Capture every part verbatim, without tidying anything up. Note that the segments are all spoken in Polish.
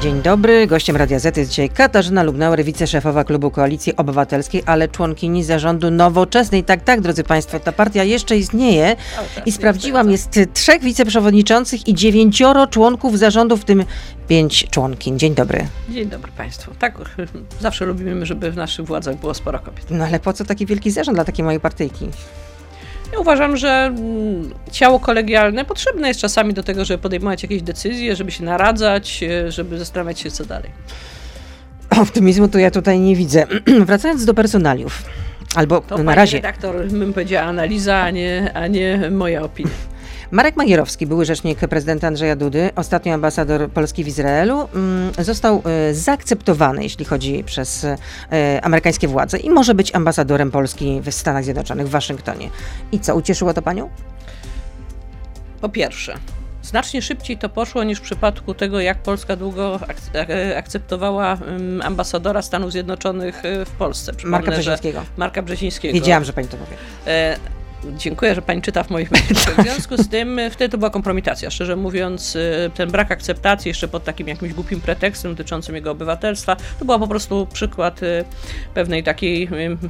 Dzień dobry, gościem Radia Z jest dzisiaj Katarzyna Lubnauer, wiceszefowa Klubu Koalicji Obywatelskiej, ale członkini zarządu Nowoczesnej. Tak, tak, drodzy Państwo, ta partia jeszcze istnieje i sprawdziłam, jest trzech wiceprzewodniczących i dziewięcioro członków zarządu, w tym pięć członkiń. Dzień dobry. Dzień dobry Państwu. Tak, zawsze lubimy, żeby w naszych władzach było sporo kobiet. No ale po co taki wielki zarząd dla takiej małej partyjki? Ja uważam, że ciało kolegialne potrzebne jest czasami do tego, żeby podejmować jakieś decyzje, żeby się naradzać, żeby zastanawiać się, co dalej. Optymizmu to ja tutaj nie widzę. Wracając do personaliów, albo to na pani razie. redaktor, bym powiedziała, analiza, a nie, a nie moja opinia. Marek Magierowski, były rzecznik prezydenta Andrzeja Dudy, ostatnio ambasador Polski w Izraelu, został zaakceptowany, jeśli chodzi przez amerykańskie władze i może być ambasadorem Polski w Stanach Zjednoczonych, w Waszyngtonie. I co, ucieszyło to panią? Po pierwsze, znacznie szybciej to poszło niż w przypadku tego, jak Polska długo ak- akceptowała um, ambasadora Stanów Zjednoczonych w Polsce. Przypomnę, Marka Brzezińskiego. Marka Brzezińskiego. Wiedziałam, że pani to powie. E- Dziękuję, że pani czyta w moich myślach. W związku z tym wtedy to była kompromitacja. Szczerze mówiąc, ten brak akceptacji jeszcze pod takim jakimś głupim pretekstem dotyczącym jego obywatelstwa, to była po prostu przykład pewnej takiej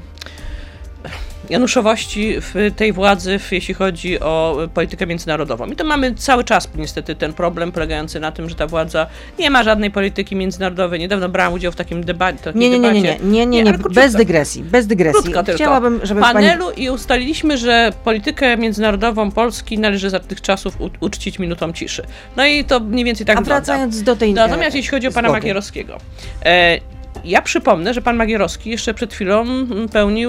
januszowości w tej władzy, jeśli chodzi o politykę międzynarodową. I to mamy cały czas niestety ten problem polegający na tym, że ta władza nie ma żadnej polityki międzynarodowej. Niedawno brałam udział w takim debacie. Nie, nie, nie, nie, nie, nie, nie, nie. bez dygresji, bez dygresji. Krótko tylko. Chciałabym, żeby panelu pani... i ustaliliśmy, że politykę międzynarodową Polski należy za tych czasów u- uczcić minutą ciszy. No i to mniej więcej tak A wygląda. wracając do tej... Natomiast jeśli chodzi o pana zgody. Magierowskiego. E, Ja przypomnę, że pan Magierowski jeszcze przed chwilą pełnił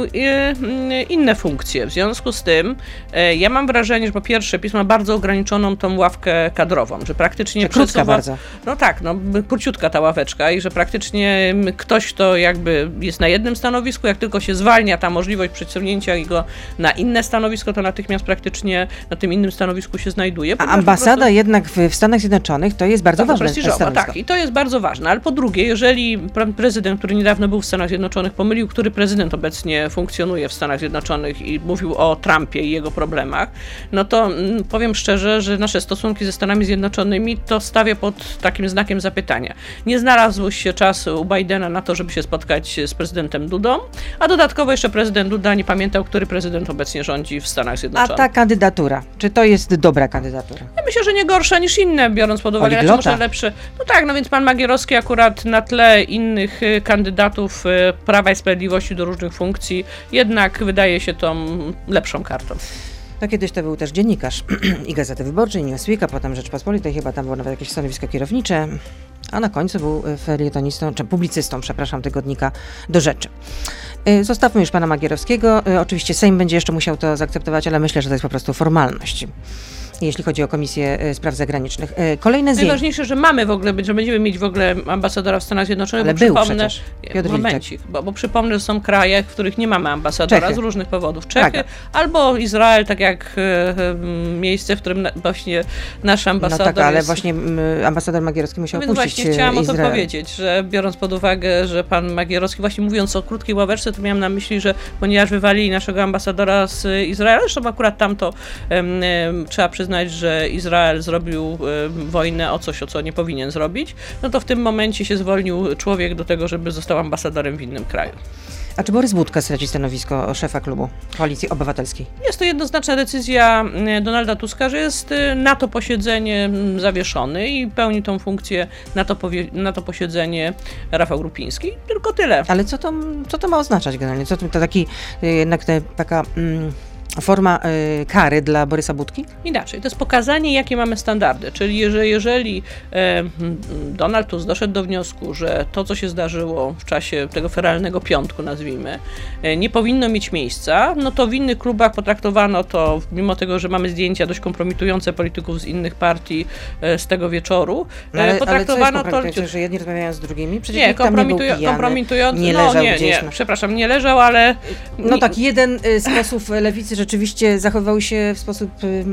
inne funkcje. W związku z tym ja mam wrażenie, że po pierwsze PiS ma bardzo ograniczoną tą ławkę kadrową, że praktycznie krótka przesuwa, bardzo. No tak, no króciutka ta ławeczka i że praktycznie ktoś, kto jakby jest na jednym stanowisku, jak tylko się zwalnia ta możliwość przesunięcia go na inne stanowisko, to natychmiast praktycznie na tym innym stanowisku się znajduje. A ambasada prostu... jednak w, w Stanach Zjednoczonych to jest bardzo, bardzo ważne stanowisko. Tak, i to jest bardzo ważne, ale po drugie, jeżeli prezydent Prezydent, który niedawno był w Stanach Zjednoczonych, pomylił, który prezydent obecnie funkcjonuje w Stanach Zjednoczonych i mówił o Trumpie i jego problemach, no to mm, powiem szczerze, że nasze stosunki ze Stanami Zjednoczonymi to stawia pod takim znakiem zapytania. Nie znalazł się czas u Bidena na to, żeby się spotkać z prezydentem Dudą, a dodatkowo jeszcze prezydent Duda nie pamiętał, który prezydent obecnie rządzi w Stanach Zjednoczonych. A ta kandydatura, czy to jest dobra kandydatura? Ja myślę, że nie gorsza niż inne, biorąc pod uwagę, raczej może lepsze. No tak, no więc pan Magierowski akurat na tle innych kandydatów Prawa i Sprawiedliwości do różnych funkcji, jednak wydaje się tą lepszą kartą. No kiedyś to był też dziennikarz i Gazety Wyborczej, Newsweeka, potem Rzeczpospolitej, chyba tam było nawet jakieś stanowisko kierownicze, a na końcu był felietonistą, czy publicystą, przepraszam, tygodnika Do Rzeczy. Zostawmy już pana Magierowskiego. Oczywiście Sejm będzie jeszcze musiał to zaakceptować, ale myślę, że to jest po prostu formalność, jeśli chodzi o Komisję Spraw Zagranicznych. Kolejne zdjęcie. Najważniejsze, że mamy w ogóle, że będziemy mieć w ogóle ambasadora w Stanach Zjednoczonych. Ale bo był przypomnę, przecież. Piotr momencik, bo, bo przypomnę, że są kraje, w których nie mamy ambasadora Czechy. z różnych powodów. Czechy tak. albo Izrael, tak jak e, miejsce, w którym na, właśnie nasz ambasador No tak, ale jest... właśnie m, ambasador Magierowski musiał no więc opuścić właśnie chciałam Izrael. o to powiedzieć, że biorąc pod uwagę, że pan Magierowski, właśnie mówiąc o krótkiej ławeczce, to miałam na myśli, że ponieważ wywalili naszego ambasadora z Izraela, zresztą akurat tamto um, um, trzeba przyznać, że Izrael zrobił um, wojnę o coś, o co nie powinien zrobić, no to w tym momencie się zwolnił człowiek do tego, żeby został ambasadorem w innym kraju. A czy Borys Budka straci stanowisko szefa klubu Koalicji Obywatelskiej? Jest to jednoznaczna decyzja Donalda Tuska, że jest na to posiedzenie zawieszony i pełni tą funkcję na to, powie- na to posiedzenie Rafał Grupiński. Tylko tyle. Ale co to, co to ma oznaczać generalnie? Co to, to taki jednak te, taka... Mm, forma y, kary dla Borysa Budki? Inaczej, to jest pokazanie, jakie mamy standardy, czyli jeżeli, jeżeli e, Donald Tusk doszedł do wniosku, że to, co się zdarzyło w czasie tego feralnego piątku, nazwijmy, e, nie powinno mieć miejsca, no to w innych klubach potraktowano to, mimo tego, że mamy zdjęcia dość kompromitujące polityków z innych partii e, z tego wieczoru, no ale, potraktowano ale co jest to... że jedni rozmawiają z drugimi? Przecież nie, nikt tam nie był kompromitują, pijany, kompromitujący, nie no leżał nie, gdzieś. nie, No. przepraszam, nie leżał, ale... No tak, jeden y, z posłów lewicy rzeczywiście zachowywał się w sposób y,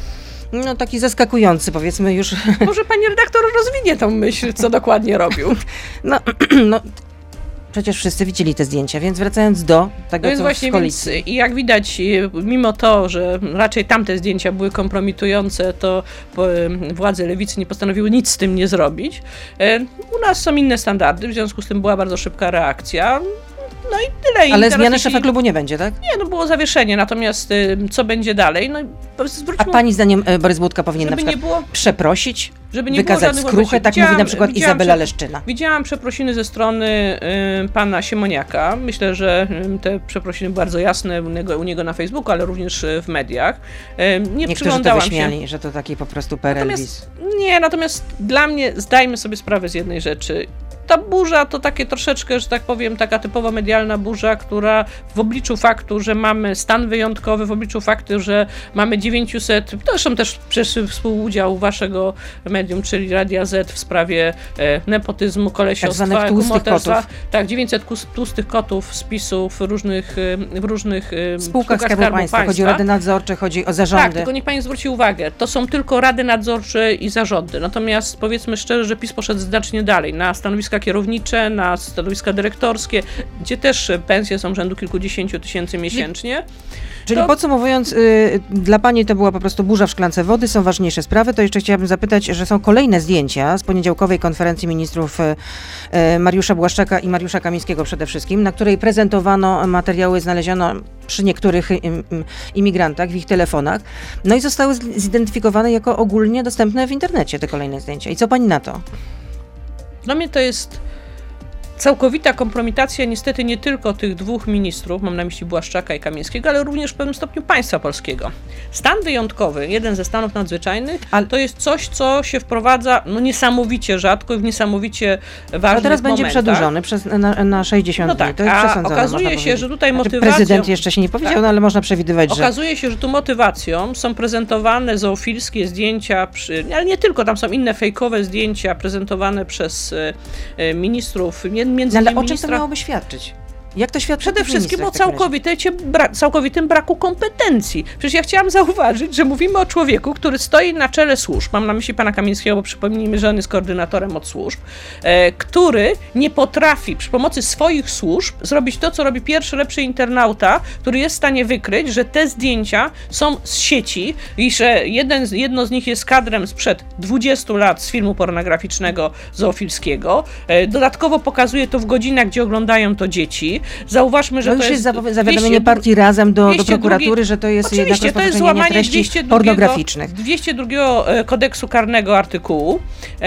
no taki zaskakujący, powiedzmy już. Może pani redaktor rozwinie tą myśl, co dokładnie robił. No, no przecież wszyscy widzieli te zdjęcia, więc wracając do tego, No jest co właśnie, w koalicji. więc i jak widać, mimo to, że raczej tamte zdjęcia były kompromitujące, to władze lewicy nie postanowiły nic z tym nie zrobić. U nas są inne standardy, w związku z tym była bardzo szybka reakcja. No i tyle. I Ale teraz zmiany jeśli... szefa klubu nie będzie, tak? Nie, no było zawieszenie, natomiast y, co będzie dalej? No, A pani zdaniem y, Borys Budka powinien na żeby przykład nie było, przeprosić, żeby nie wykazać było skruchę, tak mówi na przykład Izabela Leszczyna. Widziałam przeprosiny ze strony y, pana Siemoniaka. Myślę, że y, te przeprosiny były bardzo jasne u niego, u niego na Facebooku, ale również y, w mediach. Y, nie Niektórzy przyglądałam to wyśmiali, się. że to taki po prostu P R L Natomiast, nie, natomiast dla mnie zdajmy sobie sprawę z jednej rzeczy. Ta burza to takie troszeczkę, że tak powiem, taka typowo medialna burza, która w obliczu faktu, że mamy stan wyjątkowy, w obliczu faktu, że mamy dziewięćset, zresztą też przez współudział waszego medium, czyli Radia Z w sprawie e, nepotyzmu, kolesiostwa, tak zwanych tłustych kotów. Tak, dziewięćset tłustych kotów, spisów w różnych, w różnych w spółkach Skarbu Państwa. Państwa. Chodzi o rady nadzorcze, chodzi o zarządy. Tak, tylko niech pani zwróci uwagę, to są tylko rady nadzorcze i zarządy. Natomiast powiedzmy szczerze, że PiS poszedł znacznie dalej, na stanowiska kierownicze, na stanowiska dyrektorskie, gdzie też pensje są rzędu kilkudziesięciu tysięcy miesięcznie. Czyli to... podsumowując, y, dla pani to była po prostu burza w szklance wody, są ważniejsze sprawy, to jeszcze chciałabym zapytać, że są kolejne zdjęcia z poniedziałkowej konferencji ministrów y, y, Mariusza Błaszczaka i Mariusza Kamińskiego przede wszystkim, na której prezentowano materiały, znaleziono przy niektórych y, y, imigrantach w ich telefonach, no i zostały zidentyfikowane jako ogólnie dostępne w internecie te kolejne zdjęcia. I co pani na to? Dla mnie to jest całkowita kompromitacja niestety nie tylko tych dwóch ministrów, mam na myśli Błaszczaka i Kamińskiego, ale również w pewnym stopniu państwa polskiego. Stan wyjątkowy, jeden ze stanów nadzwyczajnych, ale to jest coś, co się wprowadza no niesamowicie rzadko i w niesamowicie ważnych momentach. A teraz będzie przedłużony przez, na, na sześćdziesiąt no dni. Tak, to jest a okazuje się, powiedzieć. że tutaj znaczy, motywacją... Prezydent jeszcze się nie powiedział, tak. no ale można przewidywać, że... Okazuje się, że tu motywacją są prezentowane zoofilskie zdjęcia, przy, ale nie tylko, tam są inne fejkowe zdjęcia prezentowane przez e, ministrów, między no, ale innymi o czym ministra... to miałoby świadczyć? Jak to świadczy? Przede wszystkim o całkowicie bra całkowitym braku kompetencji. Przecież ja chciałam zauważyć, że mówimy o człowieku, który stoi na czele służb, mam na myśli pana Kamińskiego, bo przypomnijmy, że on jest koordynatorem od służb, e, który nie potrafi przy pomocy swoich służb zrobić to, co robi pierwszy lepszy internauta, który jest w stanie wykryć, że te zdjęcia są z sieci i że jeden, jedno z nich jest kadrem sprzed dwudziestu lat z filmu pornograficznego zoofilskiego. E, dodatkowo pokazuje to w godzinach, gdzie oglądają to dzieci. Zauważmy, że no już to jest... jest zawiadomienie partii Razem do, do prokuratury, że to jest oczywiście, jednak to jest złamanie treści pornograficznych. dwieście drugiego kodeksu karnego artykułu.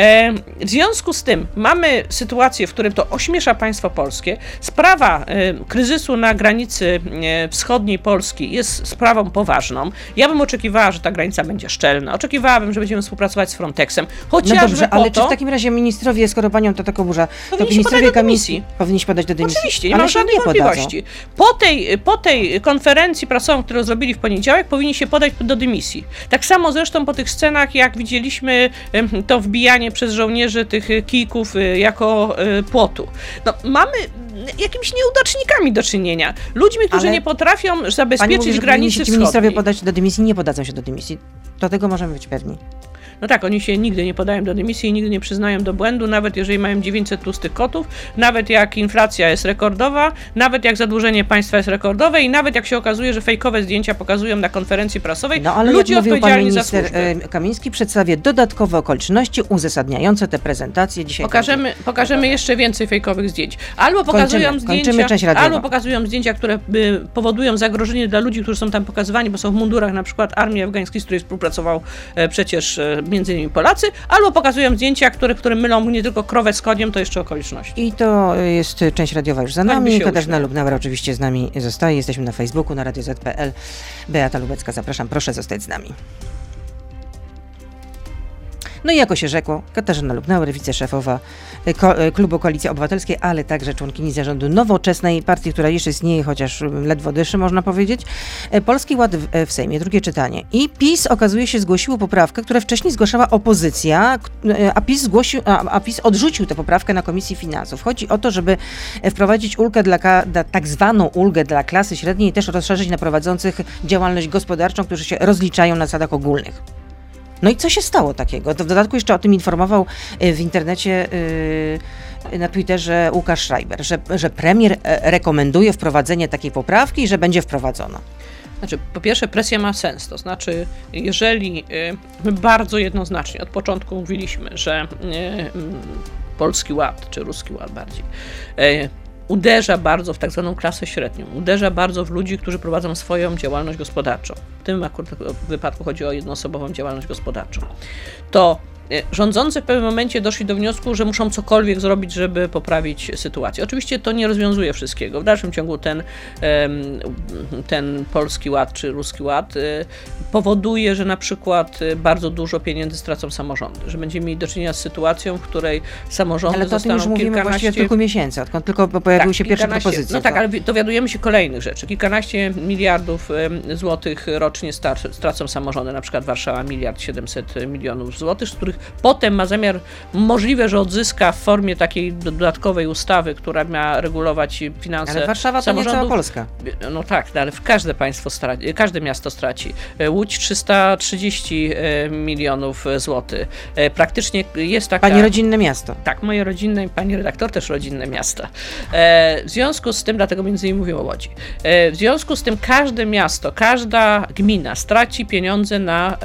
W związku z tym mamy sytuację, w którym to ośmiesza państwo polskie. Sprawa kryzysu na granicy wschodniej Polski jest sprawą poważną. Ja bym oczekiwała, że ta granica będzie szczelna. Oczekiwałabym, że będziemy współpracować z Frontexem. Chociażby no dobrze, ale to, czy w takim razie ministrowie, skoro panią to tak oburza, to ministrowie Kamiński powinni się podać do dymisji? Oczywiście, nie ale mam żadnej wątpliwości. Po tej, po tej konferencji prasowej, którą zrobili w poniedziałek, powinni się podać do dymisji. Tak samo zresztą po tych scenach, jak widzieliśmy to wbijanie przez żołnierzy tych kijków jako płotu. No, mamy jakimiś nieudacznikami do czynienia. Ludźmi, którzy ale nie potrafią zabezpieczyć mówi, że granicy wschodniej. Ministrowie podać do dymisji, nie podadzą się do dymisji. Do tego możemy być pewni. No tak, oni się nigdy nie podają do dymisji i nigdy nie przyznają do błędu, nawet jeżeli mają dziewięćset tłustych kotów, nawet jak inflacja jest rekordowa, nawet jak zadłużenie państwa jest rekordowe i nawet jak się okazuje, że fejkowe zdjęcia pokazują na konferencji prasowej no, ale ludzie jak odpowiedzialni pan za służbę. Kamiński przedstawia dodatkowe okoliczności uzasadniające te prezentacje. Dzisiaj pokażemy, będzie... pokażemy jeszcze więcej fejkowych zdjęć. Albo pokazują kończymy, zdjęcia, kończymy albo pokazują zdjęcia, które y, powodują zagrożenie dla ludzi, którzy są tam pokazywani, bo są w mundurach na przykład armii afgańskiej, z której współpracował e, przecież e, między innymi Polacy, albo pokazują zdjęcia, które, które mylą nie tylko krowę z koniem, to jeszcze okoliczności. I to jest część radiowa już za nami. Katarzyna Lubnauer oczywiście z nami zostaje. Jesteśmy na Facebooku, na radio zet kropka pe el. Beata Lubecka, zapraszam, proszę zostać z nami. No i jako się rzekło, Katarzyna Lubnauer, wiceszefowa ko- Klubu Koalicji Obywatelskiej, ale także członkini zarządu Nowoczesnej, partii, która jeszcze istnieje, chociaż ledwo dyszy, można powiedzieć. Polski Ład w, w Sejmie, drugie czytanie. I PiS, okazuje się, zgłosiło poprawkę, którą wcześniej zgłaszała opozycja, a PiS, zgłosił, a, a PiS odrzucił tę poprawkę na Komisji Finansów. Chodzi o to, żeby wprowadzić ulgę dla, dla tak zwaną ulgę dla klasy średniej i też rozszerzyć na prowadzących działalność gospodarczą, którzy się rozliczają na zasadach ogólnych. No i co się stało takiego? To w dodatku jeszcze o tym informował w internecie yy, na Twitterze Łukasz Schreiber, że, że premier rekomenduje wprowadzenie takiej poprawki i że będzie wprowadzona. Znaczy, po pierwsze, presja ma sens, to znaczy, jeżeli my bardzo jednoznacznie od początku mówiliśmy, że Polski Ład, czy Ruski Ład bardziej, uderza bardzo w tak zwaną klasę średnią, uderza bardzo w ludzi, którzy prowadzą swoją działalność gospodarczą. W tym akurat wypadku chodzi o jednoosobową działalność gospodarczą. To rządzący w pewnym momencie doszli do wniosku, że muszą cokolwiek zrobić, żeby poprawić sytuację. Oczywiście to nie rozwiązuje wszystkiego. W dalszym ciągu ten, ten Polski Ład czy Ruski Ład powoduje, że na przykład bardzo dużo pieniędzy stracą samorządy, że będziemy mieli do czynienia z sytuacją, w której samorządy ale to zostaną o tym już mówimy kilkanaście... właściwie od kilku miesięcy, odkąd tylko pojawiły tak, się pierwsze propozycje. No tak, ale dowiadujemy się kolejnych rzeczy. Kilkanaście miliardów złotych rocznie stracą samorządy, na przykład Warszawa miliard siedemset milionów złotych, z których potem ma zamiar, możliwe, że odzyska w formie takiej dodatkowej ustawy, która ma regulować finanse ale Warszawa to nie cała Polska. No tak, ale każde państwo straci, każde miasto straci. Łódź trzysta trzydzieści milionów złotych. Praktycznie jest taka... Pani rodzinne miasto. Tak, moje rodzinne, pani redaktor też rodzinne miasto. W związku z tym, dlatego między innymi mówię o Łodzi. W związku z tym każde miasto, każda gmina straci pieniądze na,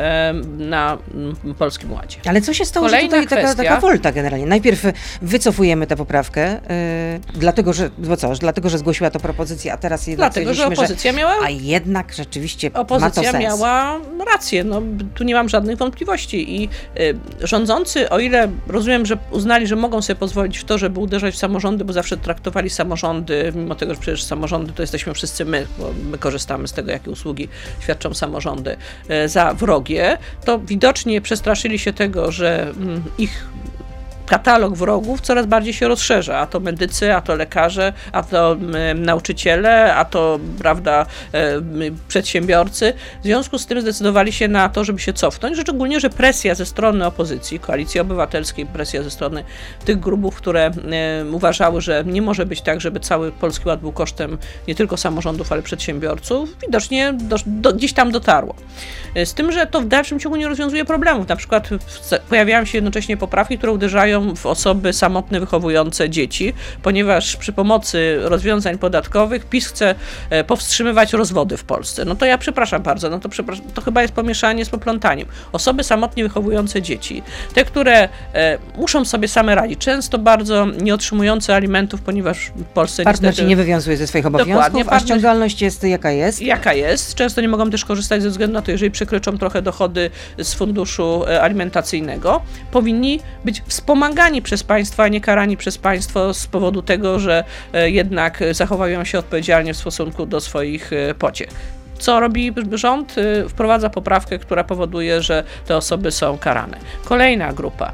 na Polskim Ładzie. Ale co się stało, Kolejna że tutaj taka, kwestia, taka wolta generalnie? Najpierw wycofujemy tę poprawkę, yy, dlatego, że, bo co, dlatego, że zgłosiła to propozycja, a teraz jednak dlatego, że opozycja że, miała... A jednak rzeczywiście opozycja ma to sens. miała rację, no tu nie mam żadnych wątpliwości i y, rządzący, o ile rozumiem, że uznali, że mogą sobie pozwolić w to, żeby uderzać w samorządy, bo zawsze traktowali samorządy, mimo tego, że przecież samorządy to jesteśmy wszyscy my, bo my korzystamy z tego, jakie usługi świadczą samorządy, y, za wrogie, to widocznie przestraszyli się tego, że mm, ich katalog wrogów coraz bardziej się rozszerza, a to medycy, a to lekarze, a to y, nauczyciele, a to, prawda, y, przedsiębiorcy. W związku z tym zdecydowali się na to, żeby się cofnąć, szczególnie, że presja ze strony opozycji, Koalicji Obywatelskiej, presja ze strony tych grupów, które y, uważały, że nie może być tak, żeby cały Polski Ład był kosztem nie tylko samorządów, ale przedsiębiorców, widocznie do, do, gdzieś tam dotarło. Y, z tym, że to w dalszym ciągu nie rozwiązuje problemów. Na przykład w, pojawiają się jednocześnie poprawki, które uderzają w osoby samotne wychowujące dzieci, ponieważ przy pomocy rozwiązań podatkowych PiS chce powstrzymywać rozwody w Polsce. No to ja przepraszam bardzo, no to, przepraszam, to chyba jest pomieszanie z poplątaniem. Osoby samotnie wychowujące dzieci, te, które e, muszą sobie same radzić, często bardzo nie otrzymujące alimentów, ponieważ w Polsce partner niestety... się nie wywiązuje ze swoich obowiązków, Dokładnie, a partner... ściągalność jest jaka jest. Jaka jest. Często nie mogą też korzystać ze względu na to, jeżeli przekroczą trochę dochody z funduszu alimentacyjnego, powinni być wspomagani przez państwo, a nie karani przez państwo z powodu tego, że jednak zachowują się odpowiedzialnie w stosunku do swoich pociech. Co robi rząd? Wprowadza poprawkę, która powoduje, że te osoby są karane. Kolejna grupa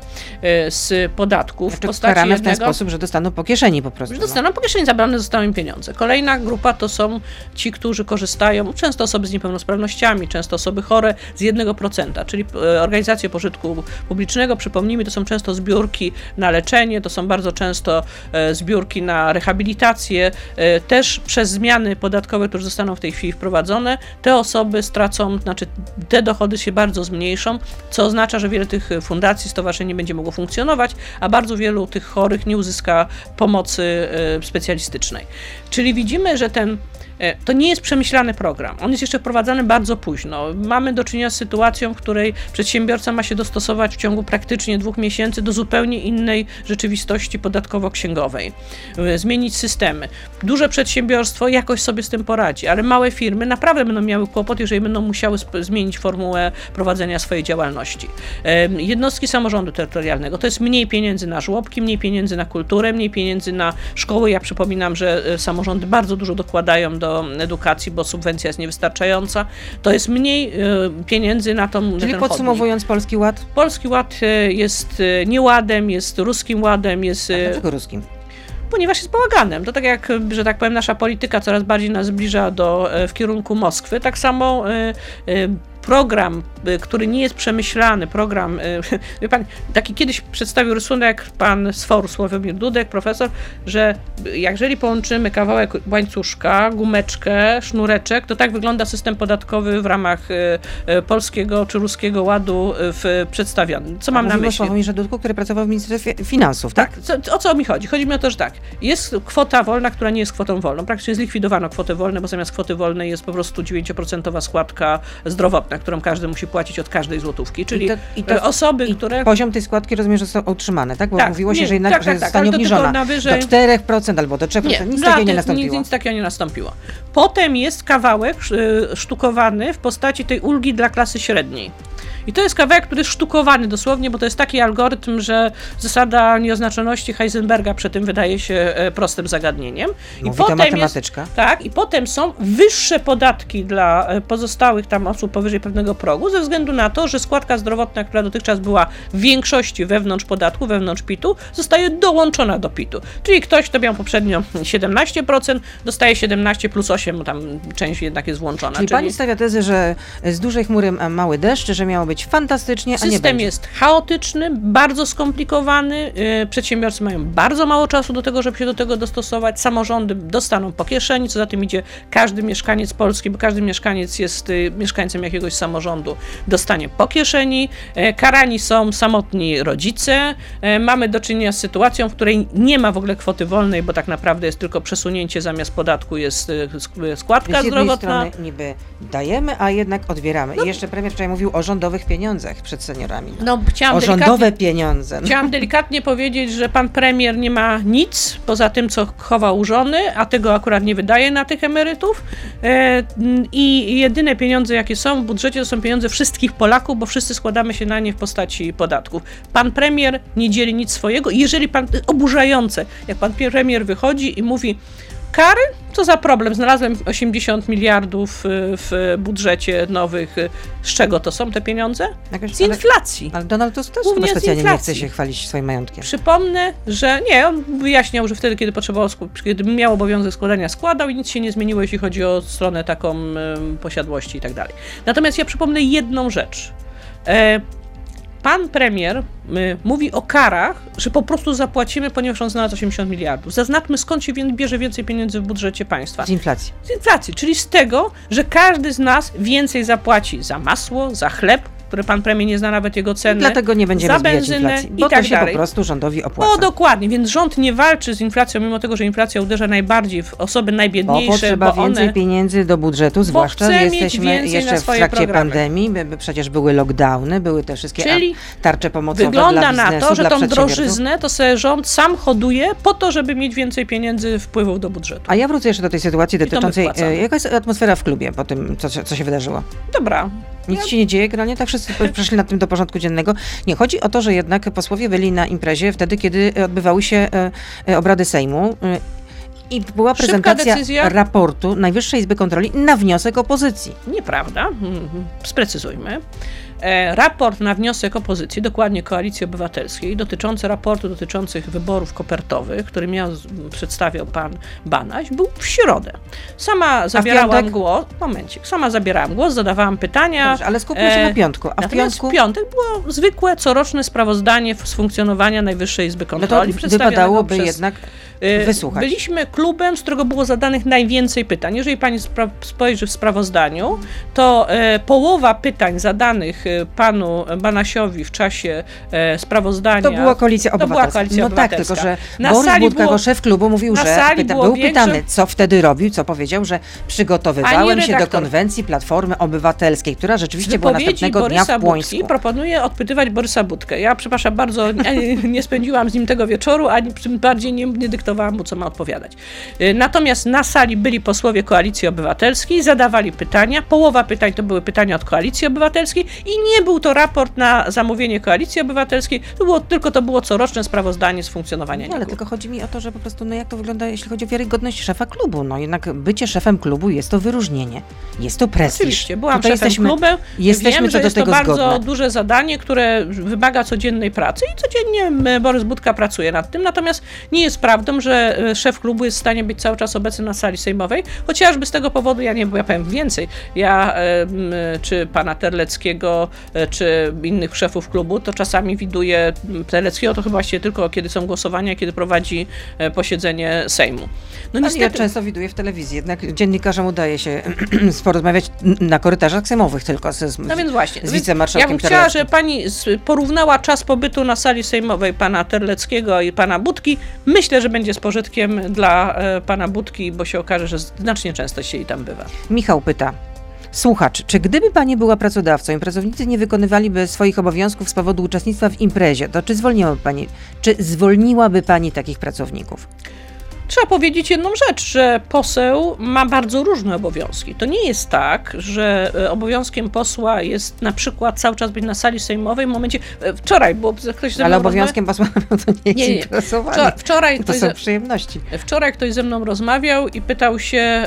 z podatków znaczy, w postaci karane jednego, w ten sposób, że dostaną po kieszeni po prostu. Że dostaną po kieszeni, zabrane zostaną im pieniądze. Kolejna grupa to są ci, którzy korzystają, często osoby z niepełnosprawnościami, często osoby chore z jednego procenta, czyli organizacje pożytku publicznego, przypomnijmy, to są często zbiórki na leczenie, to są bardzo często zbiórki na rehabilitację, też przez zmiany podatkowe, które zostaną w tej chwili wprowadzone, te osoby stracą, znaczy te dochody się bardzo zmniejszą, co oznacza, że wiele tych fundacji, stowarzyszeń nie będzie mogło funkcjonować, a bardzo wielu tych chorych nie uzyska pomocy specjalistycznej. Czyli widzimy, że ten to nie jest przemyślany program. On jest jeszcze wprowadzany bardzo późno. Mamy do czynienia z sytuacją, w której przedsiębiorca ma się dostosować w ciągu praktycznie dwóch miesięcy do zupełnie innej rzeczywistości podatkowo-księgowej. Zmienić systemy. Duże przedsiębiorstwo jakoś sobie z tym poradzi, ale małe firmy naprawdę będą miały kłopot, jeżeli będą musiały sp- zmienić formułę prowadzenia swojej działalności. Jednostki samorządu terytorialnego to jest mniej pieniędzy na żłobki, mniej pieniędzy na kulturę, mniej pieniędzy na szkoły. Ja przypominam, że samorządy bardzo dużo dokładają do edukacji, bo subwencja jest niewystarczająca. To jest mniej y, pieniędzy na tą Czyli na ten podsumowując chodnik. Polski Ład? Polski Ład y, jest y, nieładem, jest ruskim ładem, jest... A dlaczego ruskim? Ponieważ jest bałaganem. To tak jak, że tak powiem, nasza polityka coraz bardziej nas zbliża do, w kierunku Moskwy. Tak samo y, y, program który nie jest przemyślany, program, wie pan, taki kiedyś przedstawił rysunek pan z Foru Sławomir Dudek, profesor, że jeżeli połączymy kawałek łańcuszka, gumeczkę, sznureczek, to tak wygląda system podatkowy w ramach polskiego czy ruskiego ładu w przedstawiony. Co mam na myśli? Mówimy o Sławomirze Dudku, który pracował w Ministerstwie Finansów, tak? Tak. Co, o co mi chodzi? Chodzi mi o to, że tak, jest kwota wolna, która nie jest kwotą wolną. Praktycznie zlikwidowano kwotę wolną, bo zamiast kwoty wolnej jest po prostu dziewięć procent składka zdrowotna, którą każdy musi płacić od każdej złotówki. Czyli I to, i to, osoby, i które... poziom tej składki rozumiem, że został utrzymany, tak? Bo tak, mówiło się, nie, że jednak tak, że tak, zostanie tak, obniżona nawyżej... do cztery procent albo do trzy procent. Nie, nic takiego nie nastąpiło. Nic, nic takiego nie nastąpiło. Potem jest kawałek sztukowany w postaci tej ulgi dla klasy średniej. I to jest kawałek, który jest sztukowany dosłownie, bo to jest taki algorytm, że zasada nieoznaczoności Heisenberga przy tym wydaje się prostym zagadnieniem. I Mówi potem to matematyczka. Jest, tak, i potem są wyższe podatki dla pozostałych tam osób powyżej pewnego progu, ze względu na to, że składka zdrowotna, która dotychczas była w większości wewnątrz podatku, wewnątrz pitu, zostaje dołączona do pitu. Czyli ktoś, kto miał poprzednio siedemnaście procent, dostaje siedemnaście plus osiem, bo tam część jednak jest włączona. Czyli, czyli pani stawia tezę, że z dużej chmury mały deszcz, że miało być fantastycznie, a nie System będzie. jest chaotyczny, bardzo skomplikowany, yy, przedsiębiorcy mają bardzo mało czasu do tego, żeby się do tego dostosować, samorządy dostaną po kieszeni, co za tym idzie każdy mieszkaniec Polski, bo każdy mieszkaniec jest yy, mieszkańcem jakiegoś samorządu, dostanie po kieszeni, yy, karani są samotni rodzice, yy, mamy do czynienia z sytuacją, w której nie ma w ogóle kwoty wolnej, bo tak naprawdę jest tylko przesunięcie, zamiast podatku jest yy, składka z jednej zdrowotna. strony niby dajemy, a jednak odbieramy. No. I jeszcze premier wczoraj mówił o rządowych pieniądzach przed seniorami. No, chciałam o rządowe pieniądze. Chciałam delikatnie powiedzieć, że pan premier nie ma nic poza tym, co chował żony, a tego akurat nie wydaje na tych emerytów. E, I jedyne pieniądze, jakie są w budżecie, to są pieniądze wszystkich Polaków, bo wszyscy składamy się na nie w postaci podatków. Pan premier nie dzieli nic swojego i jeżeli pan, oburzające, jak pan premier wychodzi i mówi, kary? Co za problem? Znalazłem osiemdziesiąt miliardów w budżecie nowych. Z czego to są te pieniądze? Jakoś, z inflacji. Ale, ale Donald Tusk też Głównie specjalnie z nie chce się chwalić swoim majątkiem. Przypomnę, że nie, on wyjaśniał, że wtedy, kiedy potrzebował, kiedy miał obowiązek składania, składał i nic się nie zmieniło, jeśli chodzi o stronę taką um, posiadłości i tak dalej. Natomiast ja przypomnę jedną rzecz. E, Pan premier y, mówi o karach, że po prostu zapłacimy, ponieważ on znalazł osiemdziesiąt miliardów. Zaznaczmy, skąd się bierze więcej pieniędzy w budżecie państwa. Z inflacji. Z inflacji, czyli z tego, że każdy z nas więcej zapłaci za masło, za chleb, które pan premier nie zna nawet jego ceny. I dlatego nie będzie za rozbijać benzynę inflacji, bo i tak to się dalej. po prostu rządowi opłaca. No dokładnie, więc rząd nie walczy z inflacją, mimo tego, że inflacja uderza najbardziej w osoby najbiedniejsze, bo potrzeba bo więcej one... pieniędzy do budżetu, zwłaszcza chce mieć jesteśmy więcej jeszcze na w swoje trakcie programy. pandemii, by, by przecież były lockdowny, były te wszystkie Czyli tarcze pomocowe wygląda dla na biznesu, to, że dla tą przedsiębiorców. drożyznę to sobie rząd sam hoduje po to, żeby mieć więcej pieniędzy wpływów do budżetu. A ja wrócę jeszcze do tej sytuacji to my dotyczącej, wpłacamy. e, jaka jest atmosfera w klubie po tym, co, co się wydarzyło? Dobra. Nic Ja- się nie dzieje, generalnie tak wszyscy przeszli nad tym do porządku dziennego. Nie, chodzi o to, że jednak posłowie byli na imprezie wtedy, kiedy odbywały się e, e, obrady Sejmu. E, I była Szybka prezentacja decyzja. raportu Najwyższej Izby Kontroli na wniosek opozycji. Nieprawda. Mhm. Sprecyzujmy. E, raport na wniosek opozycji, dokładnie Koalicji Obywatelskiej, dotyczący raportu dotyczących wyborów kopertowych, który miał, z- przedstawiał pan Banaś, był w środę. Sama zabierałam piątek? głos, momencik, sama zabierałam głos, zadawałam pytania. Dobrze, ale skupmy się e, na piątku. A w Natomiast piątku w piątek było zwykłe, coroczne sprawozdanie z funkcjonowania Najwyższej Izby no to Kontroli. przedstawionego wypadałoby przez jednak Y, wysłuchać. Byliśmy klubem, z którego było zadanych najwięcej pytań. Jeżeli pani spra- spojrzy w sprawozdaniu, to e, połowa pytań zadanych e, panu Banasiowi w czasie e, sprawozdania... To była Koalicja to była Obywatelska. Koalicja no tak, Obywatelska. tylko że Na Borys sali Budka, było- szef klubu, mówił, na że sali pyta, było był większe- pytany, co wtedy robił, co powiedział, że przygotowywałem Pani się do redaktor, konwencji Platformy Obywatelskiej, która rzeczywiście była wypowiedzi następnego dnia Borysa w Płońsku. Budki proponuję odpytywać Borysa Budkę. Ja, przepraszam bardzo, nie, nie spędziłam z nim tego wieczoru, ani tym bardziej nie, nie dyktowałam mu, co ma odpowiadać. Y, Natomiast na sali byli posłowie Koalicji Obywatelskiej, zadawali pytania. Połowa pytań to były pytania od Koalicji Obywatelskiej i nie był to raport na zamówienie Koalicji Obywatelskiej, to było, tylko to było coroczne sprawozdanie z funkcjonowania Nie, ale niego. tylko chodzi mi o to, że po prostu, no jak to wygląda, jeśli chodzi o wiarygodność szefa klubu. No jednak bycie szefem klubu jest to wyróżnienie, jest to prestiż. Oczywiście, byłam Tutaj szefem jesteśmy, klubu, jesteśmy wiem, co że do jest tego to bardzo zgodne. duże zadanie, które wymaga codziennej pracy i codziennie m, Borys Budka pracuje nad tym, natomiast nie jest prawdą, że e, szef klubu jest w stanie być cały czas obecny na sali sejmowej, chociażby z tego powodu, ja nie ja powiem więcej, ja e, m, czy pana Terleckiego Terleckiego czy innych szefów klubu, to czasami widuje Terleckiego to chyba właściwie tylko kiedy są głosowania, kiedy prowadzi posiedzenie Sejmu. No niestety... Ja często widuję w telewizji, jednak dziennikarzom udaje się porozmawiać na korytarzach sejmowych tylko z, z, no więc właśnie. z wicemarszałkiem Ja bym chciała, żeby pani porównała czas pobytu na sali sejmowej pana Terleckiego i pana Budki. Myślę, że będzie z pożytkiem dla e, pana Budki, bo się okaże, że znacznie często się i tam bywa. Michał pyta. Słuchacz, czy gdyby pani była pracodawcą i pracownicy nie wykonywaliby swoich obowiązków z powodu uczestnictwa w imprezie, to czy zwolniłaby pani, czy zwolniłaby pani takich pracowników? Trzeba powiedzieć jedną rzecz, że poseł ma bardzo różne obowiązki. To nie jest tak, że obowiązkiem posła jest na przykład cały czas być na sali sejmowej w momencie... Wczoraj, bo ktoś ze mną Ale obowiązkiem posła to nie jest nie, nie. imprezowanie. Wczoraj to ktoś są ze... przyjemności. Wczoraj ktoś ze mną rozmawiał i pytał się, e,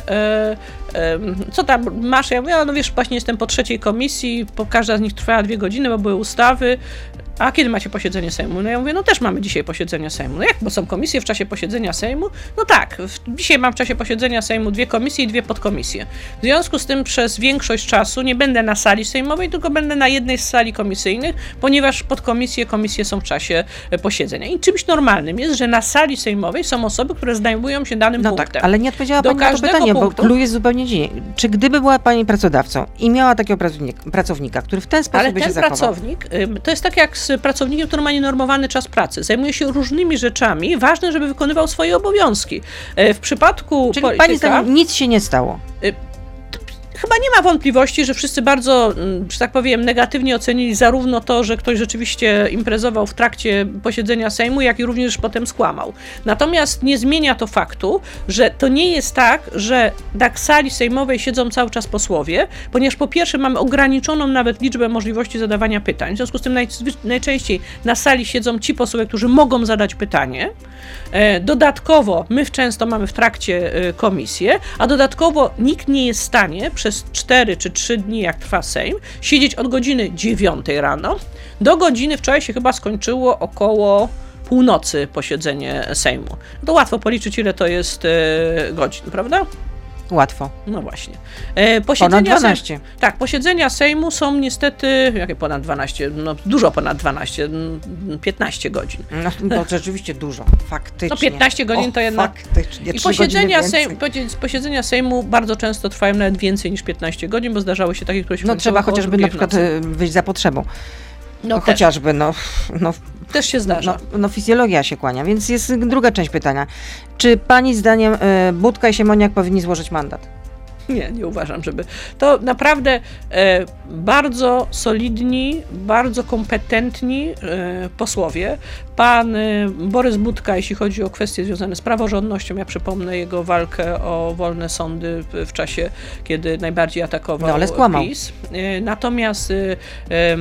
e, co tam masz? Ja mówię, no wiesz, właśnie jestem po trzeciej komisji, po każda z nich trwała dwie godziny, bo były ustawy. A kiedy macie posiedzenie Sejmu? No ja mówię, no też mamy dzisiaj posiedzenie Sejmu. No jak, bo są komisje w czasie posiedzenia Sejmu? No tak, w, dzisiaj mam w czasie posiedzenia Sejmu dwie komisje i dwie podkomisje. W związku z tym przez większość czasu nie będę na sali sejmowej, tylko będę na jednej z sali komisyjnych, ponieważ podkomisje, komisje są w czasie posiedzenia. I czymś normalnym jest, że na sali sejmowej są osoby, które zajmują się danym no punktem. Tak, ale nie odpowiedziała Do pani na to pytanie, punktu, bo clue jest zupełnie inny. Czy gdyby była pani pracodawcą i miała takiego pracownika, pracownika który w ten sposób ale by ten się zachował? pracownik, to jest tak jak z pracownikiem, który ma nienormowany czas pracy. Zajmuje się różnymi rzeczami. Ważne, żeby wykonywał swoje obowiązki. W przypadku Czyli polityka, pani zdaniem nic się nie stało? Chyba nie ma wątpliwości, że wszyscy bardzo, że tak powiem, negatywnie ocenili zarówno to, że ktoś rzeczywiście imprezował w trakcie posiedzenia Sejmu, jak i również potem skłamał. Natomiast nie zmienia to faktu, że to nie jest tak, że na sali sejmowej siedzą cały czas posłowie, ponieważ po pierwsze mamy ograniczoną nawet liczbę możliwości zadawania pytań. W związku z tym naj, najczęściej na sali siedzą ci posłowie, którzy mogą zadać pytanie. Dodatkowo my często mamy w trakcie komisję, a dodatkowo nikt nie jest w stanie przez cztery czy trzy dni, jak trwa Sejm, siedzieć od godziny dziewiątej rano do godziny, wczoraj się chyba skończyło około północy posiedzenie Sejmu. To łatwo policzyć, ile to jest e, godzin, prawda? Łatwo. No właśnie. E, ponad dwanaście. Sejm, tak, posiedzenia Sejmu są niestety, jakie ponad dwanaście, no dużo ponad dwanaście, piętnaście godzin. No to rzeczywiście dużo, faktycznie. No piętnaście godzin o, to jednak... Faktycznie, I posiedzenia, Sejm, posiedzenia Sejmu bardzo często trwają nawet więcej niż piętnaście godzin, bo zdarzały się takie, które się No trzeba chociażby na przykład wyjść za potrzebą. No, no chociażby, no, no... Też się zdarza. No, no fizjologia się kłania, więc jest druga część pytania. Czy pani zdaniem y, Budka i Siemoniak powinni złożyć mandat? Nie, nie uważam, żeby... To naprawdę e, bardzo solidni, bardzo kompetentni e, posłowie. Pan e, Borys Budka, jeśli chodzi o kwestie związane z praworządnością, ja przypomnę jego walkę o wolne sądy w, w czasie, kiedy najbardziej atakował no, ale skłamał. PiS. E, natomiast e, e,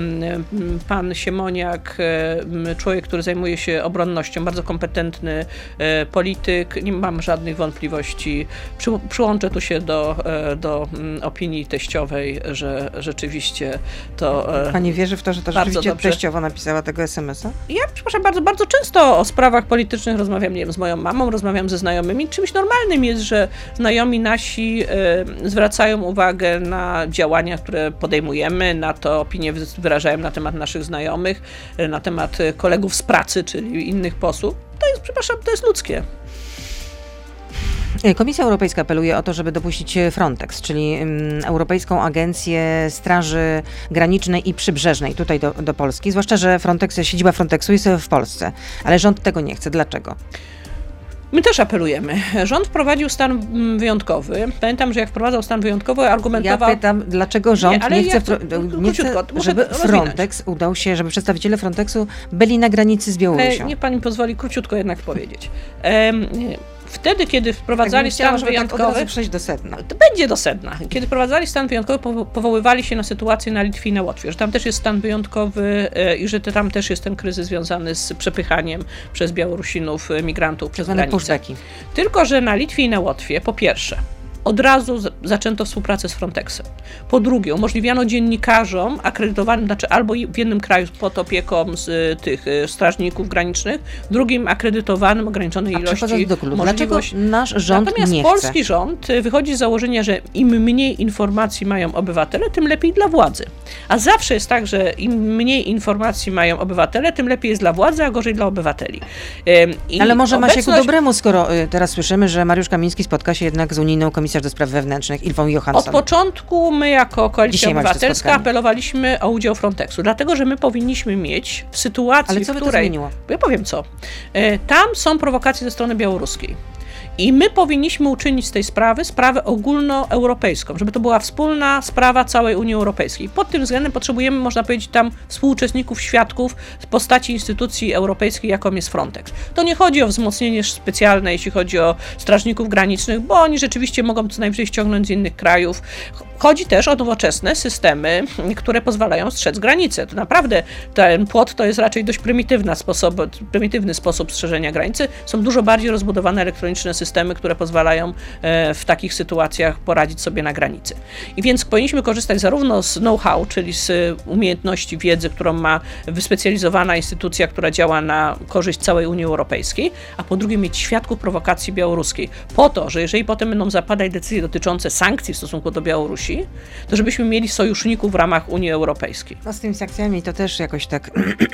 pan Siemoniak, e, człowiek, który zajmuje się obronnością, bardzo kompetentny e, polityk, nie mam żadnych wątpliwości. Przy, przyłączę tu się do e, do opinii teściowej, że rzeczywiście to... Pani wierzy w to, że to rzeczywiście dobrze. Teściowa napisała tego es em es a? Ja, przepraszam bardzo, bardzo często o sprawach politycznych rozmawiam, nie wiem, z moją mamą, rozmawiam ze znajomymi. Czymś normalnym jest, że znajomi nasi e, zwracają uwagę na działania, które podejmujemy, na to opinie wyrażają na temat naszych znajomych, na temat kolegów z pracy, czyli innych posłów. To jest, przepraszam, to jest ludzkie. Komisja Europejska apeluje o to, żeby dopuścić Frontex, czyli um, Europejską Agencję Straży Granicznej i Przybrzeżnej tutaj do, do Polski, zwłaszcza, że Frontex, siedziba Frontexu jest w Polsce, ale rząd tego nie chce. Dlaczego? My też apelujemy. Rząd wprowadził stan wyjątkowy. Pamiętam, że jak wprowadzał stan wyjątkowy, argumentował... Ja pytam, dlaczego rząd nie, nie chce, ja chcę, nie chce żeby Frontex udał się, żeby przedstawiciele Frontexu byli na granicy z Białorusią. E, niech pani pozwoli króciutko jednak powiedzieć. E, Wtedy, kiedy wprowadzali tak chciałam, stan wyjątkowy... Tak od razu przejść do sedna. To będzie do sedna. Kiedy wprowadzali stan wyjątkowy, powoływali się na sytuację na Litwie i na Łotwie, że tam też jest stan wyjątkowy i że tam też jest ten kryzys związany z przepychaniem przez Białorusinów, migrantów przez granicę. Pushbacki. Tylko że na Litwie i na Łotwie, po pierwsze, od razu z, zaczęto współpracę z Frontexem. Po drugie, umożliwiano dziennikarzom akredytowanym, znaczy albo w jednym kraju pod opieką z y, tych y, strażników granicznych, w drugim akredytowanym, ograniczonej A ilości do klubu. możliwość. Dlaczego nasz rząd Natomiast nie polski chce? rząd wychodzi z założenia, że im mniej informacji mają obywatele, tym lepiej dla władzy. A zawsze jest tak, że im mniej informacji mają obywatele, tym lepiej jest dla władzy, a gorzej dla obywateli. I Ale może ma się ku obecność... dobremu, skoro y, teraz słyszymy, że Mariusz Kamiński spotka się jednak z unijną komisarz do spraw wewnętrznych Ylwą Johansson. Od początku my jako Koalicja Dzisiaj macie to Obywatelska spotkanie. apelowaliśmy o udział Frontexu, dlatego że my powinniśmy mieć w sytuacji, Ale co w by to której... zmieniło? Ja powiem co. E, Tam są prowokacje ze strony białoruskiej. I my powinniśmy uczynić z tej sprawy sprawę ogólnoeuropejską, żeby to była wspólna sprawa całej Unii Europejskiej. Pod tym względem potrzebujemy, można powiedzieć, tam współuczestników, świadków w postaci instytucji europejskiej, jaką jest Frontex. To nie chodzi o wzmocnienie specjalne, jeśli chodzi o strażników granicznych, bo oni rzeczywiście mogą co najwyżej ściągnąć z innych krajów. Chodzi też o nowoczesne systemy, które pozwalają strzec granice. To naprawdę ten płot to jest raczej dość prymitywna sposób, prymitywny sposób strzeżenia granicy. Są dużo bardziej rozbudowane elektroniczne systemy, które pozwalają w takich sytuacjach poradzić sobie na granicy. I więc powinniśmy korzystać zarówno z know-how, czyli z umiejętności, wiedzy, którą ma wyspecjalizowana instytucja, która działa na korzyść całej Unii Europejskiej, a po drugie mieć świadków prowokacji białoruskiej. Po to, że jeżeli potem będą zapadać decyzje dotyczące sankcji w stosunku do Białorusi, to żebyśmy mieli sojuszników w ramach Unii Europejskiej. No z tymi sankcjami to też jakoś tak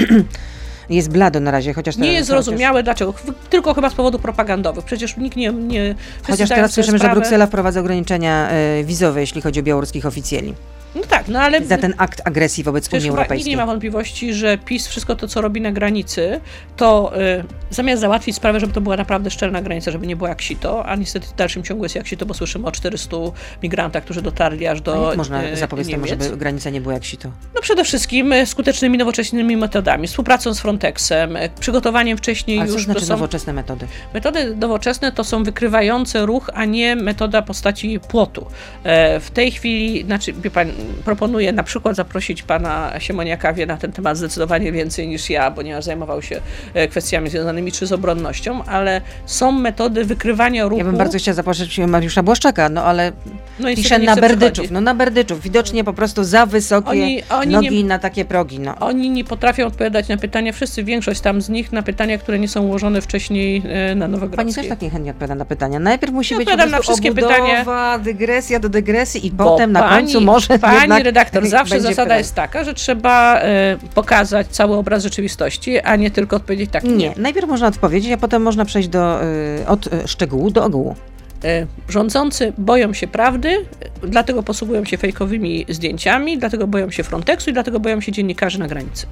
jest blado na razie, chociaż... Nie jest zrozumiałe dlaczego, tylko chyba z powodów propagandowych. Przecież nikt nie... nie chociaż teraz słyszymy, sprawę... że Bruksela wprowadza ograniczenia y, wizowe, jeśli chodzi o białoruskich oficjeli. No tak, no ale... Za ten akt agresji wobec Unii Europejskiej. Nikt nie ma wątpliwości, że PiS wszystko to, co robi na granicy, to y, zamiast załatwić sprawę, żeby to była naprawdę szczelna granica, żeby nie było jak sito, a niestety w dalszym ciągu jest jak sito, bo słyszymy o czterystu migrantach, którzy dotarli aż do a jak można y, zapobiec temu, Niemiec. żeby granica nie była jak sito? No przede wszystkim skutecznymi, nowoczesnymi metodami, współpracą z Frontexem, przygotowaniem wcześniej ale już... co znaczy to są... nowoczesne metody? Metody nowoczesne to są wykrywające ruch, a nie metoda postaci płotu. E, w tej chwili, znaczy, wie pan, proponuję na przykład zaprosić pana Siemoniaka, wie na ten temat zdecydowanie więcej niż ja, ponieważ zajmował się kwestiami związanymi czy z obronnością, ale są metody wykrywania ruchu. Ja bym bardzo chciała zaprosić Mariusza Błaszczaka, no ale no pisze na Berdyczów. No na Berdyczów. Widocznie po prostu za wysokie oni, oni nogi nie, na takie progi. No. Oni nie potrafią odpowiadać na pytania, wszyscy, większość tam z nich, na pytania, które nie są ułożone wcześniej na Nowogrodzkiej. Pani też tak niechętnie odpowiada na pytania. Najpierw musi ja być po na wszystkie obudowa, pytania. dygresja do dygresji i Bo potem na pani, końcu może Pani jednak redaktor, zawsze zasada pytanie. jest taka, że trzeba e, pokazać cały obraz rzeczywistości, a nie tylko odpowiedzieć tak. Nie, nie. Najpierw można odpowiedzieć, a potem można przejść do, y, od y, szczegółu do ogółu. E, rządzący boją się prawdy, dlatego posługują się fejkowymi zdjęciami, dlatego boją się Frontexu i dlatego boją się dziennikarzy na granicy.